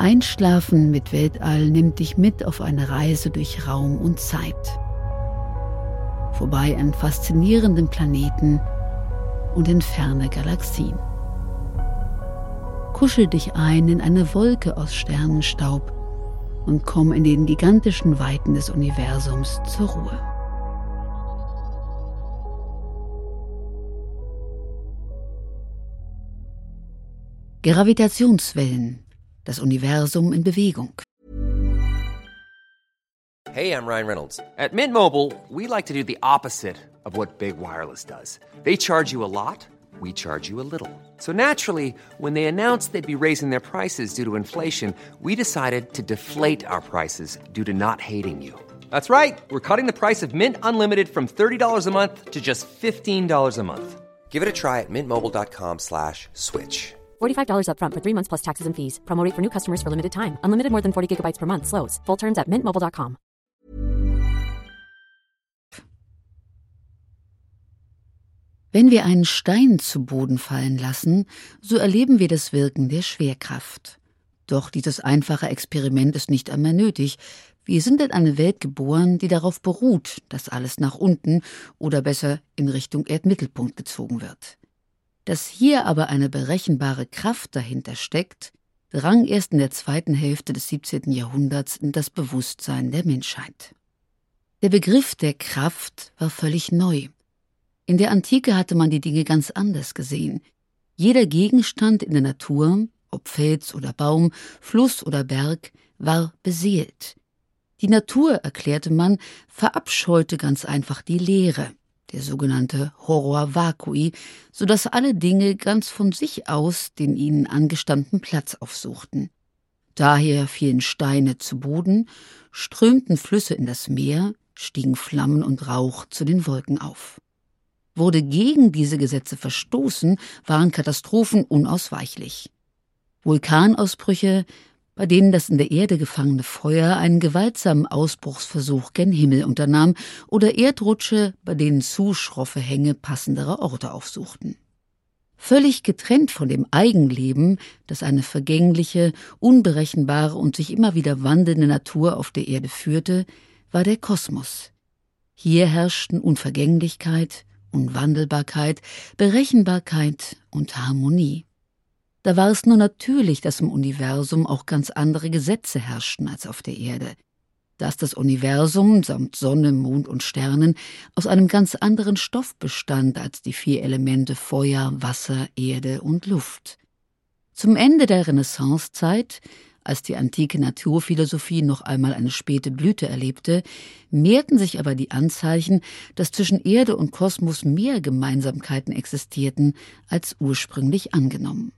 Einschlafen mit Weltall nimmt dich mit auf eine Reise durch Raum und Zeit. Vorbei an faszinierenden Planeten und in ferne Galaxien. Kuschel dich ein in eine Wolke aus Sternenstaub und komm in den gigantischen Weiten des Universums zur Ruhe. Gravitationswellen, das Universum in Bewegung. Hey, I'm Ryan Reynolds. At Mint Mobile, we like to do the opposite of what Big Wireless does. They charge you a lot, we charge you a little. So naturally, when they announced they'd be raising their prices due to inflation, we decided to deflate our prices due to not hating you. That's right. We're cutting the price of Mint Unlimited from $30 a month to just $15 a month. Give it a try at mintmobile.com/switch. $45 up front for 3 months plus taxes and fees. Promo rate for new customers for limited time. Unlimited more than 40 gigabytes per month. Slows full terms at mintmobile.com. Wenn wir einen Stein zu Boden fallen lassen, so erleben wir das Wirken der Schwerkraft. Doch dieses einfache Experiment ist nicht einmal nötig. Wir sind in eine Welt geboren, die darauf beruht, dass alles nach unten oder besser in Richtung Erdmittelpunkt gezogen wird. Dass hier aber eine berechenbare Kraft dahinter steckt, drang erst in der zweiten Hälfte des 17. Jahrhunderts in das Bewusstsein der Menschheit. Der Begriff der Kraft war völlig neu. In der Antike hatte man die Dinge ganz anders gesehen. Jeder Gegenstand in der Natur, ob Fels oder Baum, Fluss oder Berg, war beseelt. Die Natur, erklärte man, verabscheute ganz einfach die Leere, der sogenannte Horror vacui, sodass alle Dinge ganz von sich aus den ihnen angestammten Platz aufsuchten. Daher fielen Steine zu Boden, strömten Flüsse in das Meer, stiegen Flammen und Rauch zu den Wolken auf. Wurde gegen diese Gesetze verstoßen, waren Katastrophen unausweichlich. Vulkanausbrüche, bei denen das in der Erde gefangene Feuer einen gewaltsamen Ausbruchsversuch gen Himmel unternahm, oder Erdrutsche, bei denen zu schroffe Hänge passendere Orte aufsuchten. Völlig getrennt von dem Eigenleben, das eine vergängliche, unberechenbare und sich immer wieder wandelnde Natur auf der Erde führte, war der Kosmos. Hier herrschten Unvergänglichkeit, Unwandelbarkeit, Berechenbarkeit und Harmonie. Da war es nur natürlich, dass im Universum auch ganz andere Gesetze herrschten als auf der Erde, dass das Universum samt Sonne, Mond und Sternen aus einem ganz anderen Stoff bestand als die 4 Elemente Feuer, Wasser, Erde und Luft. Zum Ende der Renaissancezeit, als die antike Naturphilosophie noch einmal eine späte Blüte erlebte, mehrten sich aber die Anzeichen, dass zwischen Erde und Kosmos mehr Gemeinsamkeiten existierten als ursprünglich angenommen.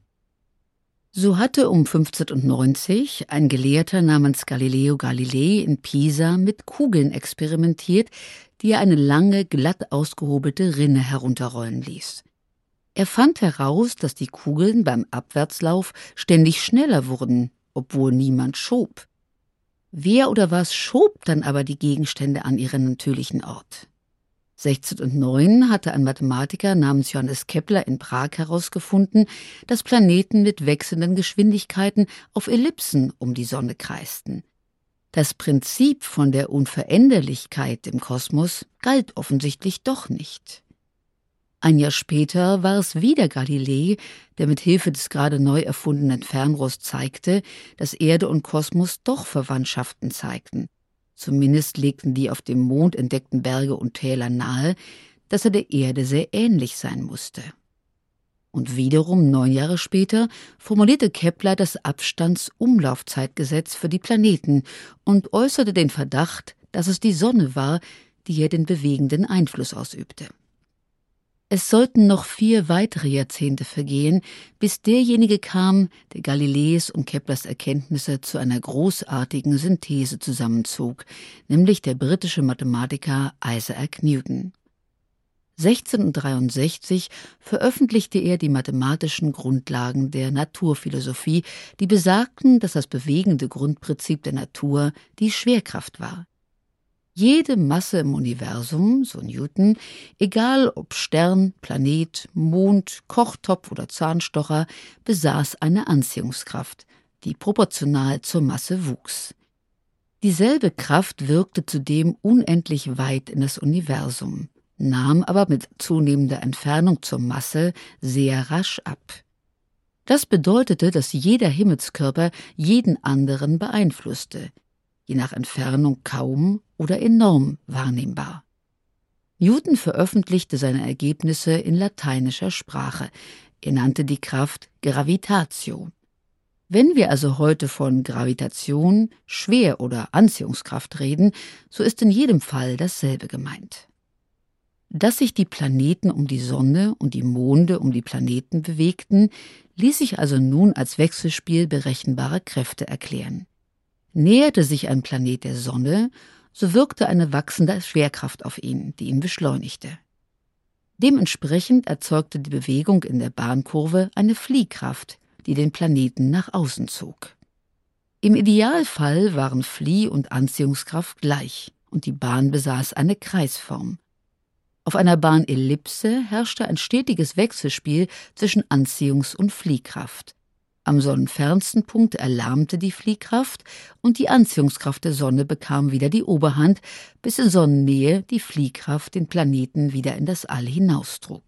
So hatte um 1590 ein Gelehrter namens Galileo Galilei in Pisa mit Kugeln experimentiert, die er eine lange, glatt ausgehobelte Rinne herunterrollen ließ. Er fand heraus, dass die Kugeln beim Abwärtslauf ständig schneller wurden, obwohl niemand schob. Wer oder was schob dann aber die Gegenstände an ihren natürlichen Ort? 1609 hatte ein Mathematiker namens Johannes Kepler in Prag herausgefunden, dass Planeten mit wechselnden Geschwindigkeiten auf Ellipsen um die Sonne kreisten. Das Prinzip von der Unveränderlichkeit im Kosmos galt offensichtlich doch nicht. Ein Jahr später war es wieder Galilei, der mit Hilfe des gerade neu erfundenen Fernrohrs zeigte, dass Erde und Kosmos doch Verwandtschaften zeigten. Zumindest legten die auf dem Mond entdeckten Berge und Täler nahe, dass er der Erde sehr ähnlich sein musste. Und wiederum 9 Jahre später formulierte Kepler das Abstandsumlaufzeitgesetz für die Planeten und äußerte den Verdacht, dass es die Sonne war, die hier den bewegenden Einfluss ausübte. Es sollten noch 4 weitere Jahrzehnte vergehen, bis derjenige kam, der Galileis und Keplers Erkenntnisse zu einer großartigen Synthese zusammenzog, nämlich der britische Mathematiker Isaac Newton. 1663 veröffentlichte er die mathematischen Grundlagen der Naturphilosophie, die besagten, dass das bewegende Grundprinzip der Natur die Schwerkraft war. Jede Masse im Universum, so Newton, egal ob Stern, Planet, Mond, Kochtopf oder Zahnstocher, besaß eine Anziehungskraft, die proportional zur Masse wuchs. Dieselbe Kraft wirkte zudem unendlich weit in das Universum, nahm aber mit zunehmender Entfernung zur Masse sehr rasch ab. Das bedeutete, dass jeder Himmelskörper jeden anderen beeinflusste, je nach Entfernung kaum oder enorm wahrnehmbar. Newton veröffentlichte seine Ergebnisse in lateinischer Sprache. Er nannte die Kraft Gravitatio. Wenn wir also heute von Gravitation, Schwer- oder Anziehungskraft reden, so ist in jedem Fall dasselbe gemeint. Dass sich die Planeten um die Sonne und die Monde um die Planeten bewegten, ließ sich also nun als Wechselspiel berechenbarer Kräfte erklären. Näherte sich ein Planet der Sonne, so wirkte eine wachsende Schwerkraft auf ihn, die ihn beschleunigte. Dementsprechend erzeugte die Bewegung in der Bahnkurve eine Fliehkraft, die den Planeten nach außen zog. Im Idealfall waren Flieh- und Anziehungskraft gleich und die Bahn besaß eine Kreisform. Auf einer Bahnellipse herrschte ein stetiges Wechselspiel zwischen Anziehungs- und Fliehkraft. Am sonnenfernsten Punkt erlahmte die Fliehkraft und die Anziehungskraft der Sonne bekam wieder die Oberhand, bis in Sonnennähe die Fliehkraft den Planeten wieder in das All hinaustrug.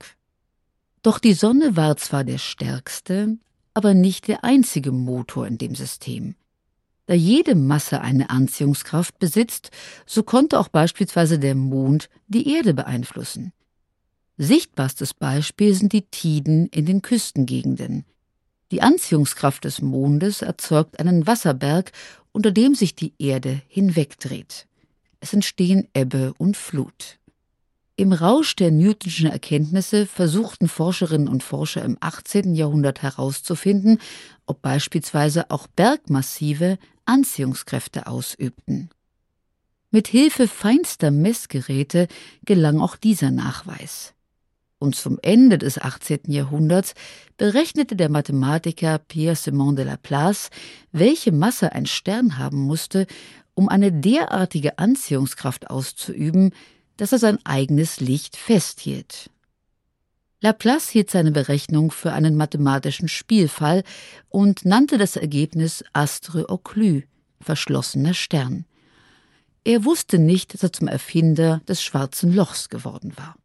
Doch die Sonne war zwar der stärkste, aber nicht der einzige Motor in dem System. Da jede Masse eine Anziehungskraft besitzt, so konnte auch beispielsweise der Mond die Erde beeinflussen. Sichtbarstes Beispiel sind die Tiden in den Küstengegenden. Die Anziehungskraft des Mondes erzeugt einen Wasserberg, unter dem sich die Erde hinwegdreht. Es entstehen Ebbe und Flut. Im Rausch der Newtonschen Erkenntnisse versuchten Forscherinnen und Forscher im 18. Jahrhundert herauszufinden, ob beispielsweise auch Bergmassive Anziehungskräfte ausübten. Mit Hilfe feinster Messgeräte gelang auch dieser Nachweis. Und zum Ende des 18. Jahrhunderts berechnete der Mathematiker Pierre-Simon de Laplace, welche Masse ein Stern haben musste, um eine derartige Anziehungskraft auszuüben, dass er sein eigenes Licht festhielt. Laplace hielt seine Berechnung für einen mathematischen Spielfall und nannte das Ergebnis Astre Occlus, verschlossener Stern. Er wusste nicht, dass er zum Erfinder des Schwarzen Lochs geworden war.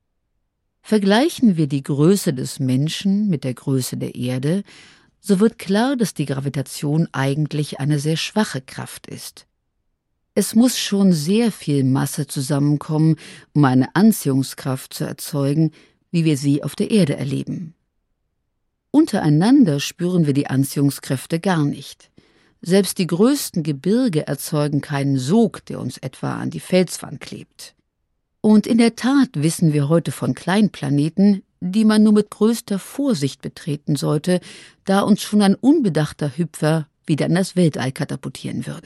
Vergleichen wir die Größe des Menschen mit der Größe der Erde, so wird klar, dass die Gravitation eigentlich eine sehr schwache Kraft ist. Es muss schon sehr viel Masse zusammenkommen, um eine Anziehungskraft zu erzeugen, wie wir sie auf der Erde erleben. Untereinander spüren wir die Anziehungskräfte gar nicht. Selbst die größten Gebirge erzeugen keinen Sog, der uns etwa an die Felswand klebt. Und in der Tat wissen wir heute von Kleinplaneten, die man nur mit größter Vorsicht betreten sollte, da uns schon ein unbedachter Hüpfer wieder in das Weltall katapultieren würde.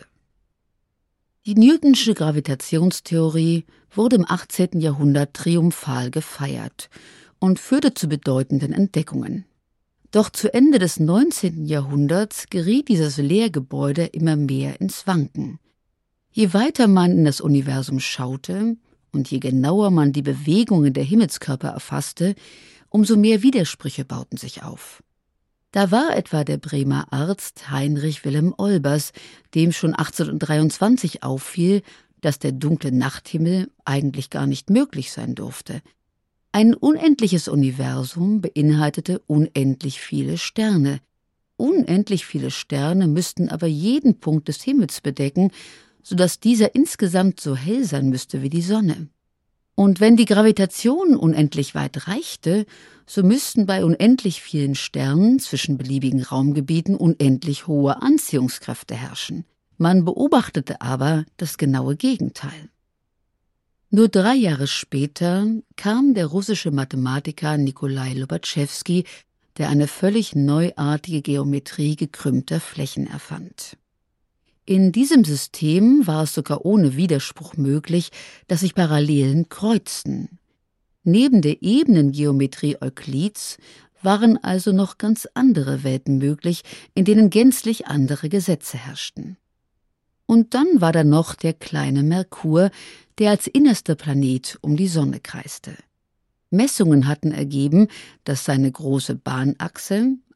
Die Newtonsche Gravitationstheorie wurde im 18. Jahrhundert triumphal gefeiert und führte zu bedeutenden Entdeckungen. Doch zu Ende des 19. Jahrhunderts geriet dieses Lehrgebäude immer mehr ins Wanken. Je weiter man in das Universum schaute und je genauer man die Bewegungen der Himmelskörper erfasste, umso mehr Widersprüche bauten sich auf. Da war etwa der Bremer Arzt Heinrich Wilhelm Olbers, dem schon 1823 auffiel, dass der dunkle Nachthimmel eigentlich gar nicht möglich sein durfte. Ein unendliches Universum beinhaltete unendlich viele Sterne. Unendlich viele Sterne müssten aber jeden Punkt des Himmels bedecken, sodass dieser insgesamt so hell sein müsste wie die Sonne. Und wenn die Gravitation unendlich weit reichte, so müssten bei unendlich vielen Sternen zwischen beliebigen Raumgebieten unendlich hohe Anziehungskräfte herrschen. Man beobachtete aber das genaue Gegenteil. Nur 3 Jahre später kam der russische Mathematiker Nikolai Lobachewski, der eine völlig neuartige Geometrie gekrümmter Flächen erfand. In diesem System war es sogar ohne Widerspruch möglich, dass sich Parallelen kreuzten. Neben der Ebenengeometrie Euklids waren also noch ganz andere Welten möglich, in denen gänzlich andere Gesetze herrschten. Und dann war da noch der kleine Merkur, der als innerster Planet um die Sonne kreiste. Messungen hatten ergeben, dass seine große Bahnachse,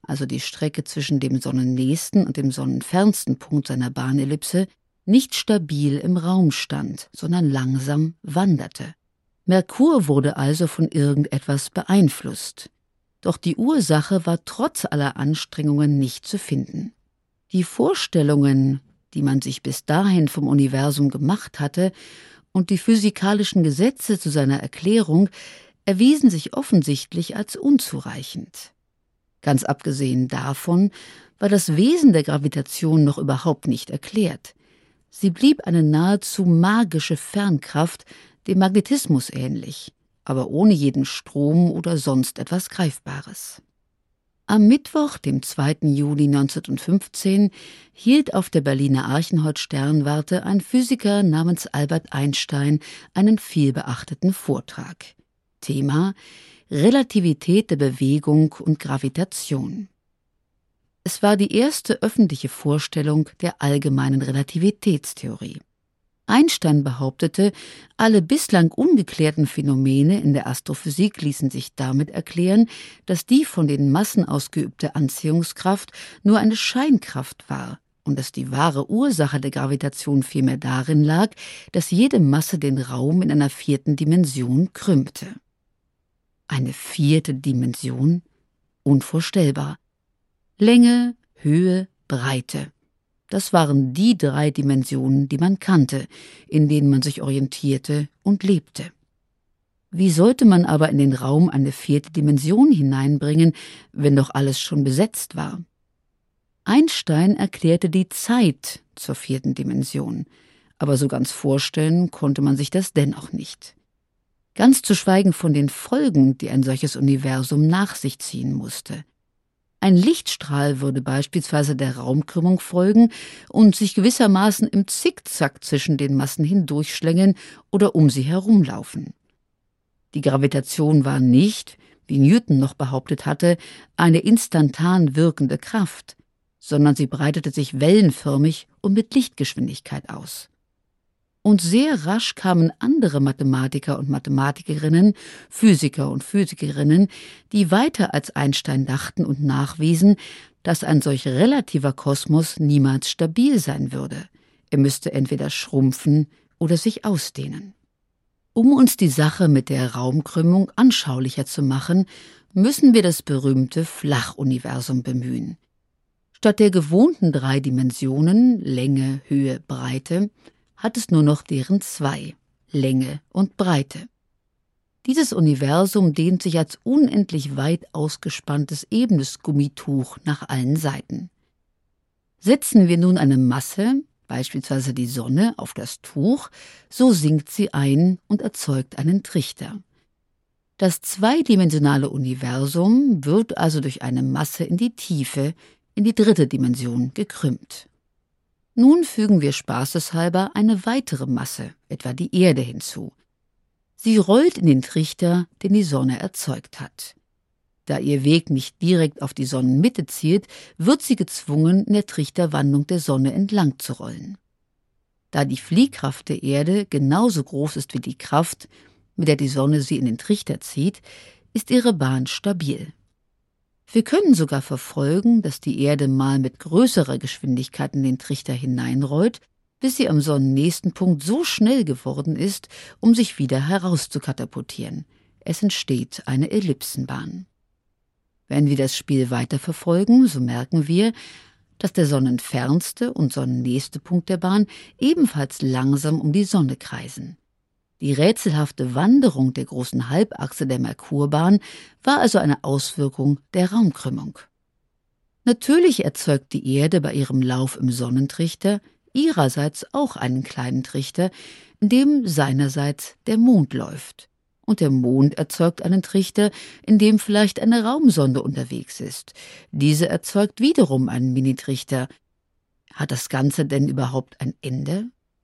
also die Strecke zwischen dem sonnennächsten und dem sonnenfernsten Punkt seiner Bahnellipse, nicht stabil im Raum stand, sondern langsam wanderte. Merkur wurde also von irgendetwas beeinflusst. Doch die Ursache war trotz aller Anstrengungen nicht zu finden. Die Vorstellungen, die man sich bis dahin vom Universum gemacht hatte, und die physikalischen Gesetze zu seiner Erklärung erwiesen sich offensichtlich als unzureichend. Ganz abgesehen davon war das Wesen der Gravitation noch überhaupt nicht erklärt. Sie blieb eine nahezu magische Fernkraft, dem Magnetismus ähnlich, aber ohne jeden Strom oder sonst etwas Greifbares. Am Mittwoch, dem 2. Juli 1915, hielt auf der Berliner Archenhold-Sternwarte ein Physiker namens Albert Einstein einen vielbeachteten Vortrag. Thema: Relativität der Bewegung und Gravitation. Es war die erste öffentliche Vorstellung der allgemeinen Relativitätstheorie. Einstein behauptete, alle bislang ungeklärten Phänomene in der Astrophysik ließen sich damit erklären, dass die von den Massen ausgeübte Anziehungskraft nur eine Scheinkraft war und dass die wahre Ursache der Gravitation vielmehr darin lag, dass jede Masse den Raum in einer 4. Dimension krümmte. Eine 4. Dimension? Unvorstellbar. Länge, Höhe, Breite. Das waren die 3 Dimensionen, die man kannte, in denen man sich orientierte und lebte. Wie sollte man aber in den Raum eine 4. Dimension hineinbringen, wenn doch alles schon besetzt war? Einstein erklärte die Zeit zur 4. Dimension, aber so ganz vorstellen konnte man sich das dennoch nicht. Ganz zu schweigen von den Folgen, die ein solches Universum nach sich ziehen musste. Ein Lichtstrahl würde beispielsweise der Raumkrümmung folgen und sich gewissermaßen im Zickzack zwischen den Massen hindurchschlängeln oder um sie herumlaufen. Die Gravitation war nicht, wie Newton noch behauptet hatte, eine instantan wirkende Kraft, sondern sie breitete sich wellenförmig und mit Lichtgeschwindigkeit aus. Und sehr rasch kamen andere Mathematiker und Mathematikerinnen, Physiker und Physikerinnen, die weiter als Einstein dachten und nachwiesen, dass ein solch relativer Kosmos niemals stabil sein würde. Er müsste entweder schrumpfen oder sich ausdehnen. Um uns die Sache mit der Raumkrümmung anschaulicher zu machen, müssen wir das berühmte Flachuniversum bemühen. Statt der gewohnten 3 Dimensionen, Länge, Höhe, Breite, hat es nur noch deren 2, Länge und Breite. Dieses Universum dehnt sich als unendlich weit ausgespanntes ebenes Gummituch nach allen Seiten. Setzen wir nun eine Masse, beispielsweise die Sonne, auf das Tuch, so sinkt sie ein und erzeugt einen Trichter. Das zweidimensionale Universum wird also durch eine Masse in die Tiefe, in die 3. Dimension gekrümmt. Nun fügen wir spaßeshalber eine weitere Masse, etwa die Erde, hinzu. Sie rollt in den Trichter, den die Sonne erzeugt hat. Da ihr Weg nicht direkt auf die Sonnenmitte zielt, wird sie gezwungen, in der Trichterwandung der Sonne entlang zu rollen. Da die Fliehkraft der Erde genauso groß ist wie die Kraft, mit der die Sonne sie in den Trichter zieht, ist ihre Bahn stabil. Wir können sogar verfolgen, dass die Erde mal mit größerer Geschwindigkeit in den Trichter hineinrollt, bis sie am sonnennächsten Punkt so schnell geworden ist, um sich wieder herauszukatapultieren. Es entsteht eine Ellipsenbahn. Wenn wir das Spiel weiterverfolgen, so merken wir, dass der sonnenfernste und sonnennächste Punkt der Bahn ebenfalls langsam um die Sonne kreisen. Die rätselhafte Wanderung der großen Halbachse der Merkurbahn war also eine Auswirkung der Raumkrümmung. Natürlich erzeugt die Erde bei ihrem Lauf im Sonnentrichter ihrerseits auch einen kleinen Trichter, in dem seinerseits der Mond läuft. Und der Mond erzeugt einen Trichter, in dem vielleicht eine Raumsonde unterwegs ist. Diese erzeugt wiederum einen Minitrichter. Hat das Ganze denn überhaupt ein Ende?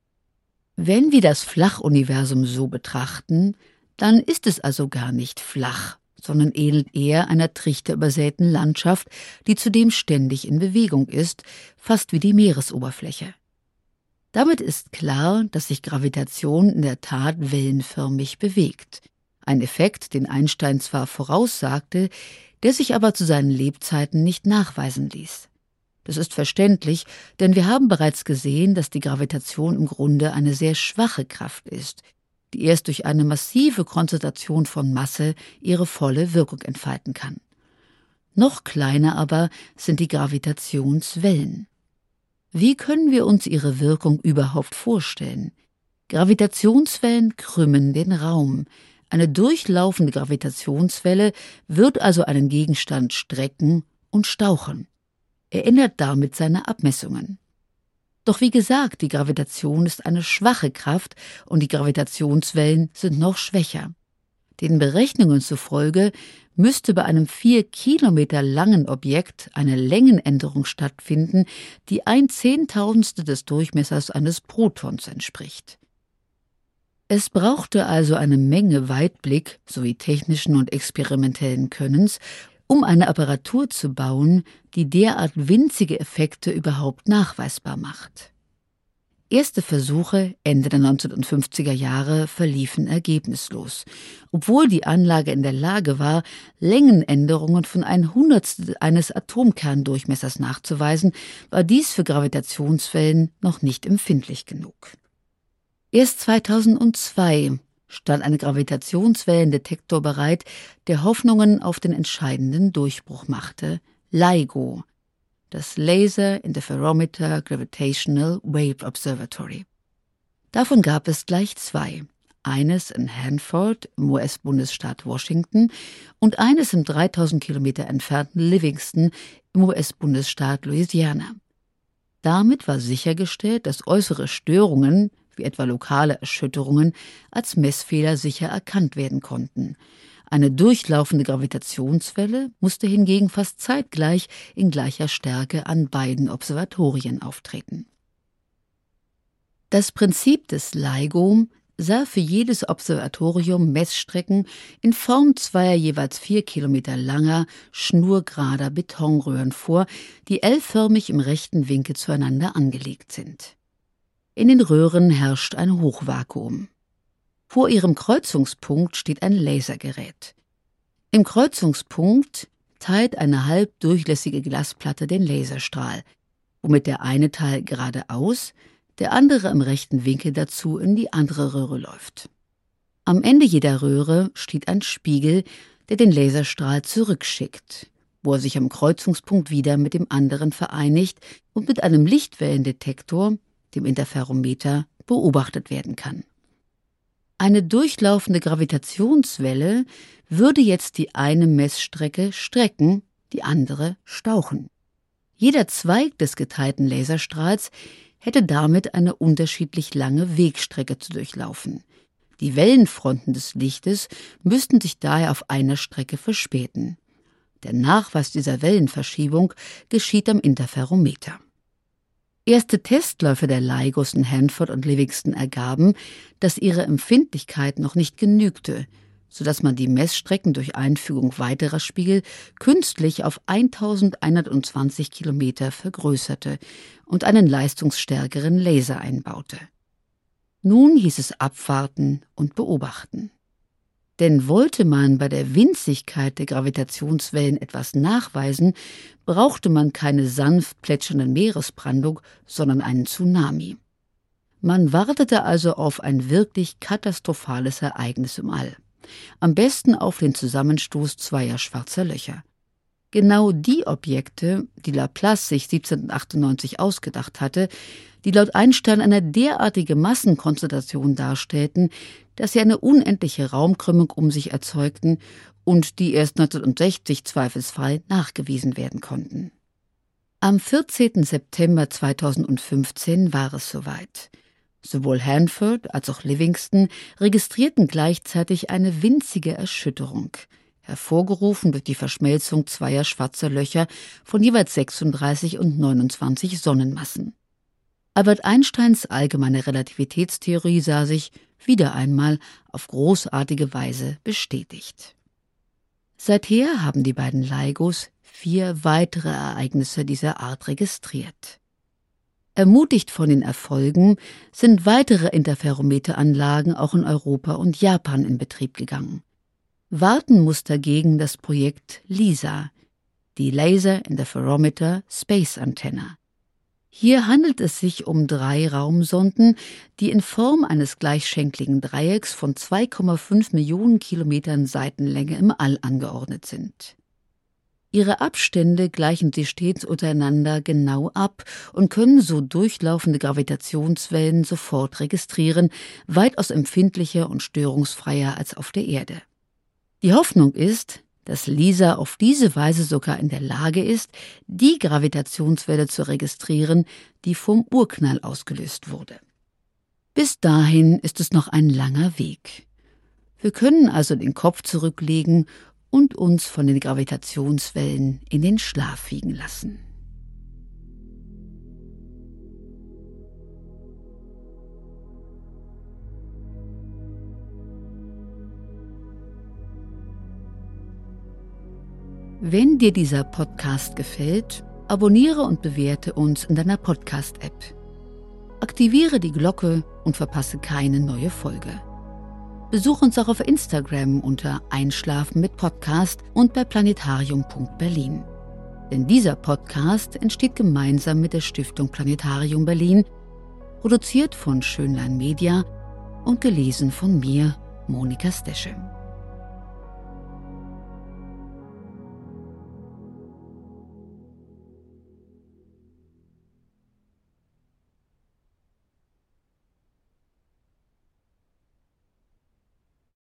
Wenn wir das Flachuniversum so betrachten, dann ist es also gar nicht flach, sondern ähnelt eher einer trichterübersäten Landschaft, die zudem ständig in Bewegung ist, fast wie die Meeresoberfläche. Damit ist klar, dass sich Gravitation in der Tat wellenförmig bewegt. Ein Effekt, den Einstein zwar voraussagte, der sich aber zu seinen Lebzeiten nicht nachweisen ließ. Das ist verständlich, denn wir haben bereits gesehen, dass die Gravitation im Grunde eine sehr schwache Kraft ist, die erst durch eine massive Konzentration von Masse ihre volle Wirkung entfalten kann. Noch kleiner aber sind die Gravitationswellen. Wie können wir uns ihre Wirkung überhaupt vorstellen? Gravitationswellen krümmen den Raum. Eine durchlaufende Gravitationswelle wird also einen Gegenstand strecken und stauchen. Er ändert damit seine Abmessungen. Doch wie gesagt, die Gravitation ist eine schwache Kraft und die Gravitationswellen sind noch schwächer. Den Berechnungen zufolge müsste bei einem 4 Kilometer langen Objekt eine Längenänderung stattfinden, die 1/10.000 des Durchmessers eines Protons entspricht. Es brauchte also eine Menge Weitblick sowie technischen und experimentellen Könnens, um eine Apparatur zu bauen, die derart winzige Effekte überhaupt nachweisbar macht. Erste Versuche Ende der 1950er Jahre verliefen ergebnislos, obwohl die Anlage in der Lage war, Längenänderungen von 1/100 eines Atomkerndurchmessers nachzuweisen, war dies für Gravitationswellen noch nicht empfindlich genug. Erst 2002 stand ein Gravitationswellendetektor bereit, der Hoffnungen auf den entscheidenden Durchbruch machte: LIGO, das Laser Interferometer Gravitational Wave Observatory. Davon gab es gleich 2, eines in Hanford im US-Bundesstaat Washington und eines im 3000 Kilometer entfernten Livingston im US-Bundesstaat Louisiana. Damit war sichergestellt, dass äußere Störungen, wie etwa lokale Erschütterungen, als Messfehler sicher erkannt werden konnten. Eine durchlaufende Gravitationswelle musste hingegen fast zeitgleich in gleicher Stärke an beiden Observatorien auftreten. Das Prinzip des LIGO sah für jedes Observatorium Messstrecken in Form zweier jeweils 4 Kilometer langer, schnurgerader Betonröhren vor, die L-förmig im rechten Winkel zueinander angelegt sind. In den Röhren herrscht ein Hochvakuum. Vor ihrem Kreuzungspunkt steht ein Lasergerät. Im Kreuzungspunkt teilt eine halbdurchlässige Glasplatte den Laserstrahl, womit der eine Teil geradeaus, der andere im rechten Winkel dazu in die andere Röhre läuft. Am Ende jeder Röhre steht ein Spiegel, der den Laserstrahl zurückschickt, wo er sich am Kreuzungspunkt wieder mit dem anderen vereinigt und mit einem Lichtwellendetektor, dem Interferometer, beobachtet werden kann. Eine durchlaufende Gravitationswelle würde jetzt die eine Messstrecke strecken, die andere stauchen. Jeder Zweig des geteilten Laserstrahls hätte damit eine unterschiedlich lange Wegstrecke zu durchlaufen. Die Wellenfronten des Lichtes müssten sich daher auf einer Strecke verspäten. Der Nachweis dieser Wellenverschiebung geschieht am Interferometer. Erste Testläufe der LIGOs in Hanford und Livingston ergaben, dass ihre Empfindlichkeit noch nicht genügte, sodass man die Messstrecken durch Einfügung weiterer Spiegel künstlich auf 1120 Kilometer vergrößerte und einen leistungsstärkeren Laser einbaute. Nun hieß es abwarten und beobachten. Denn wollte man bei der Winzigkeit der Gravitationswellen etwas nachweisen, brauchte man keine sanft plätschernde Meeresbrandung, sondern einen Tsunami. Man wartete also auf ein wirklich katastrophales Ereignis im All. Am besten auf den Zusammenstoß zweier schwarzer Löcher. Genau die Objekte, die Laplace sich 1798 ausgedacht hatte, die laut Einstein eine derartige Massenkonzentration darstellten, dass sie eine unendliche Raumkrümmung um sich erzeugten und die erst 1960 zweifelsfrei nachgewiesen werden konnten. Am 14. September 2015 war es soweit. Sowohl Hanford als auch Livingston registrierten gleichzeitig eine winzige Erschütterung, hervorgerufen durch die Verschmelzung zweier schwarzer Löcher von jeweils 36 und 29 Sonnenmassen. Albert Einsteins allgemeine Relativitätstheorie sah sich wieder einmal auf großartige Weise bestätigt. Seither haben die beiden LIGOs 4 weitere Ereignisse dieser Art registriert. Ermutigt von den Erfolgen sind weitere Interferometeranlagen auch in Europa und Japan in Betrieb gegangen. Warten muss dagegen das Projekt LISA, die Laser Interferometer Space Antenna. Hier handelt es sich um 3 Raumsonden, die in Form eines gleichschenkligen Dreiecks von 2,5 Millionen Kilometern Seitenlänge im All angeordnet sind. Ihre Abstände gleichen sich stets untereinander genau ab und können so durchlaufende Gravitationswellen sofort registrieren, weitaus empfindlicher und störungsfreier als auf der Erde. Die Hoffnung ist, dass LISA auf diese Weise sogar in der Lage ist, die Gravitationswelle zu registrieren, die vom Urknall ausgelöst wurde. Bis dahin ist es noch ein langer Weg. Wir können also den Kopf zurücklegen und uns von den Gravitationswellen in den Schlaf wiegen lassen. Wenn dir dieser Podcast gefällt, abonniere und bewerte uns in deiner Podcast-App. Aktiviere die Glocke und verpasse keine neue Folge. Besuch uns auch auf Instagram unter Einschlafen mit Podcast und bei planetarium.berlin. Denn dieser Podcast entsteht gemeinsam mit der Stiftung Planetarium Berlin, produziert von Schönlein Media und gelesen von mir, Monika Stesche.